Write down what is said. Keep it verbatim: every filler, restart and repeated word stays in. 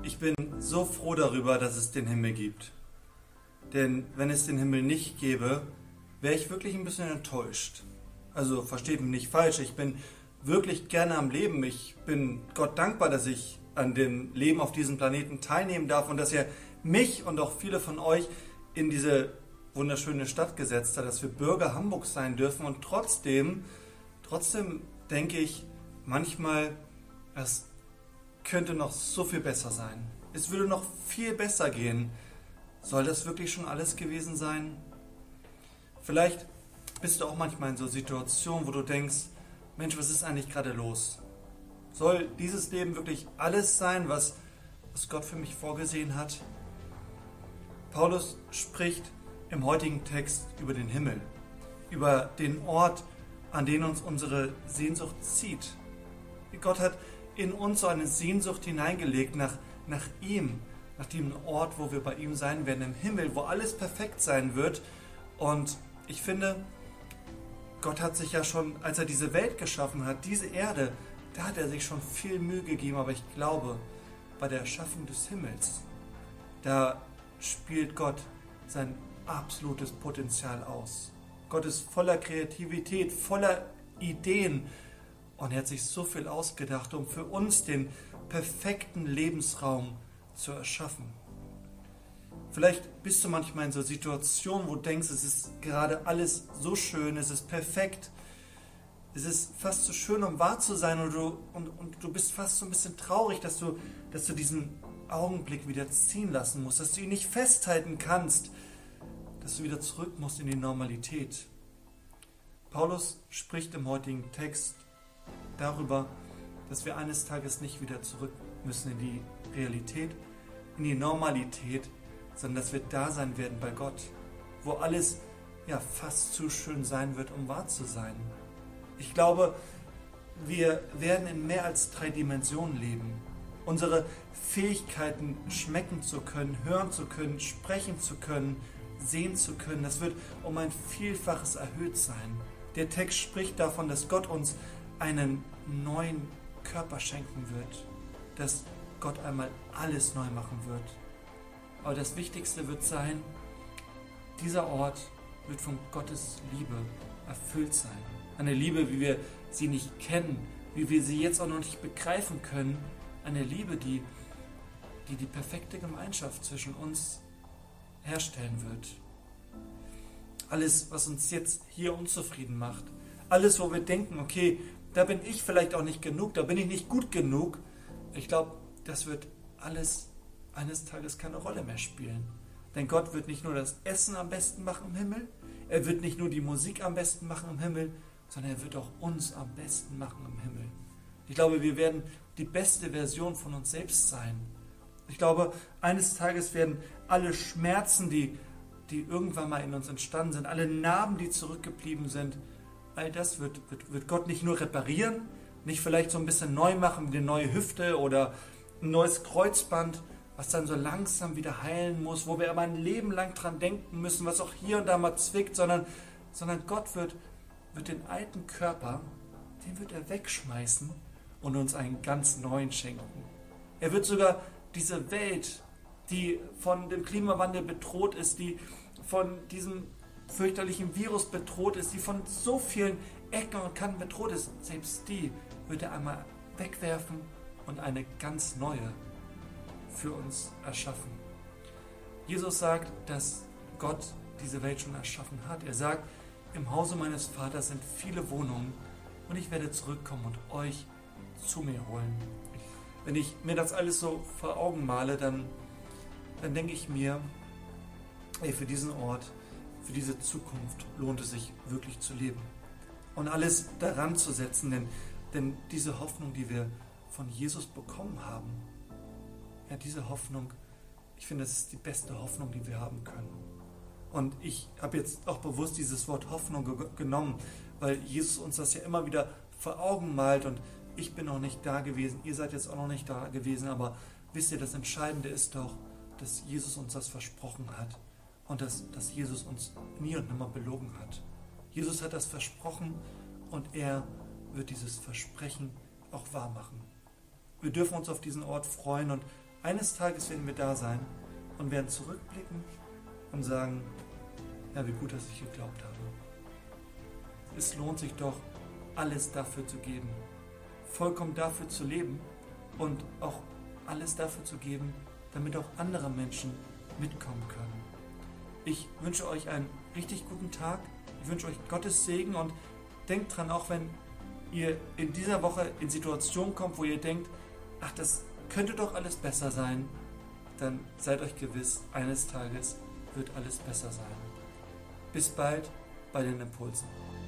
Ich bin so froh darüber, dass es den Himmel gibt. Denn wenn es den Himmel nicht gäbe, wäre ich wirklich ein bisschen enttäuscht. Also versteht mich nicht falsch, ich bin wirklich gerne am Leben. Ich bin Gott dankbar, dass ich an dem Leben auf diesem Planeten teilnehmen darf und dass er mich und auch viele von euch in diese wunderschöne Stadt gesetzt hat, dass wir Bürger Hamburgs sein dürfen. Und trotzdem, trotzdem denke ich manchmal, es könnte noch so viel besser sein. Es würde noch viel besser gehen. Soll das wirklich schon alles gewesen sein? Vielleicht bist du auch manchmal in so Situationen, wo du denkst, Mensch, was ist eigentlich gerade los? Soll dieses Leben wirklich alles sein, was, was Gott für mich vorgesehen hat? Paulus spricht im heutigen Text über den Himmel, über den Ort, an den uns unsere Sehnsucht zieht. Gott hat in uns so eine Sehnsucht hineingelegt nach, nach ihm, nach dem Ort, wo wir bei ihm sein werden, im Himmel, wo alles perfekt sein wird. Und ich finde, Gott hat sich ja schon, als er diese Welt geschaffen hat, diese Erde, da hat er sich schon viel Mühe gegeben. Aber ich glaube, bei der Erschaffung des Himmels, da spielt Gott sein absolutes Potenzial aus. Gott ist voller Kreativität, voller Ideen. Und er hat sich so viel ausgedacht, um für uns den perfekten Lebensraum zu erschaffen. Vielleicht bist du manchmal in so Situationen, wo du denkst, es ist gerade alles so schön, es ist perfekt, es ist fast zu schön, um wahr zu sein, und du, und, und du bist fast so ein bisschen traurig, dass du, dass du diesen Augenblick wieder ziehen lassen musst, dass du ihn nicht festhalten kannst, dass du wieder zurück musst in die Normalität. Paulus spricht im heutigen Text darüber, dass wir eines Tages nicht wieder zurück müssen in die Realität, in die Normalität, sondern dass wir da sein werden bei Gott, wo alles ja fast zu schön sein wird, um wahr zu sein. Ich glaube, wir werden in mehr als drei Dimensionen leben. Unsere Fähigkeiten schmecken zu können, hören zu können, sprechen zu können, sehen zu können, das wird um ein Vielfaches erhöht sein. Der Text spricht davon, dass Gott uns einen neuen Körper schenken wird, dass Gott einmal alles neu machen wird. Aber das Wichtigste wird sein, dieser Ort wird von Gottes Liebe erfüllt sein. Eine Liebe, wie wir sie nicht kennen, wie wir sie jetzt auch noch nicht begreifen können. Eine Liebe, die die, die perfekte Gemeinschaft zwischen uns herstellen wird. Alles, was uns jetzt hier unzufrieden macht, alles, wo wir denken, okay, da bin ich vielleicht auch nicht genug, da bin ich nicht gut genug. Ich glaube, das wird alles eines Tages keine Rolle mehr spielen. Denn Gott wird nicht nur das Essen am besten machen im Himmel, er wird nicht nur die Musik am besten machen im Himmel, sondern er wird auch uns am besten machen im Himmel. Ich glaube, wir werden die beste Version von uns selbst sein. Ich glaube, eines Tages werden alle Schmerzen, die, die irgendwann mal in uns entstanden sind, alle Narben, die zurückgeblieben sind, all das wird, wird, wird Gott nicht nur reparieren, nicht vielleicht so ein bisschen neu machen wie eine neue Hüfte oder ein neues Kreuzband, was dann so langsam wieder heilen muss, wo wir aber ein Leben lang dran denken müssen, was auch hier und da mal zwickt, sondern, sondern Gott wird, wird den alten Körper, den wird er wegschmeißen und uns einen ganz neuen schenken. Er wird sogar diese Welt, die von dem Klimawandel bedroht ist, die von diesem fürchterlichen Virus bedroht ist, die von so vielen Ecken und Kanten bedroht ist, selbst die wird er einmal wegwerfen und eine ganz neue für uns erschaffen. Jesus sagt, dass Gott diese Welt schon erschaffen hat. Er sagt, im Hause meines Vaters sind viele Wohnungen und ich werde zurückkommen und euch zu mir holen. Wenn ich mir das alles so vor Augen male, dann, dann denke ich mir, ey, für diesen Ort, für diese Zukunft lohnt es sich wirklich zu leben und alles daran zu setzen, denn, denn diese Hoffnung, die wir von Jesus bekommen haben, ja, diese Hoffnung, ich finde, das ist die beste Hoffnung, die wir haben können. Und ich habe jetzt auch bewusst dieses Wort Hoffnung ge- genommen, weil Jesus uns das ja immer wieder vor Augen malt und ich bin noch nicht da gewesen, ihr seid jetzt auch noch nicht da gewesen, aber wisst ihr, das Entscheidende ist doch, dass Jesus uns das versprochen hat und dass, dass Jesus uns nie und nimmer belogen hat. Jesus hat das versprochen und er wird dieses Versprechen auch wahr machen. Wir dürfen uns auf diesen Ort freuen und eines Tages werden wir da sein und werden zurückblicken und sagen, ja, wie gut, dass ich geglaubt habe. Es lohnt sich doch, alles dafür zu geben, vollkommen dafür zu leben und auch alles dafür zu geben, damit auch andere Menschen mitkommen können. Ich wünsche euch einen richtig guten Tag, ich wünsche euch Gottes Segen und denkt dran, auch wenn ihr in dieser Woche in Situationen kommt, wo ihr denkt, ach, das könnte doch alles besser sein, dann seid euch gewiss, eines Tages wird alles besser sein. Bis bald bei den Impulsen.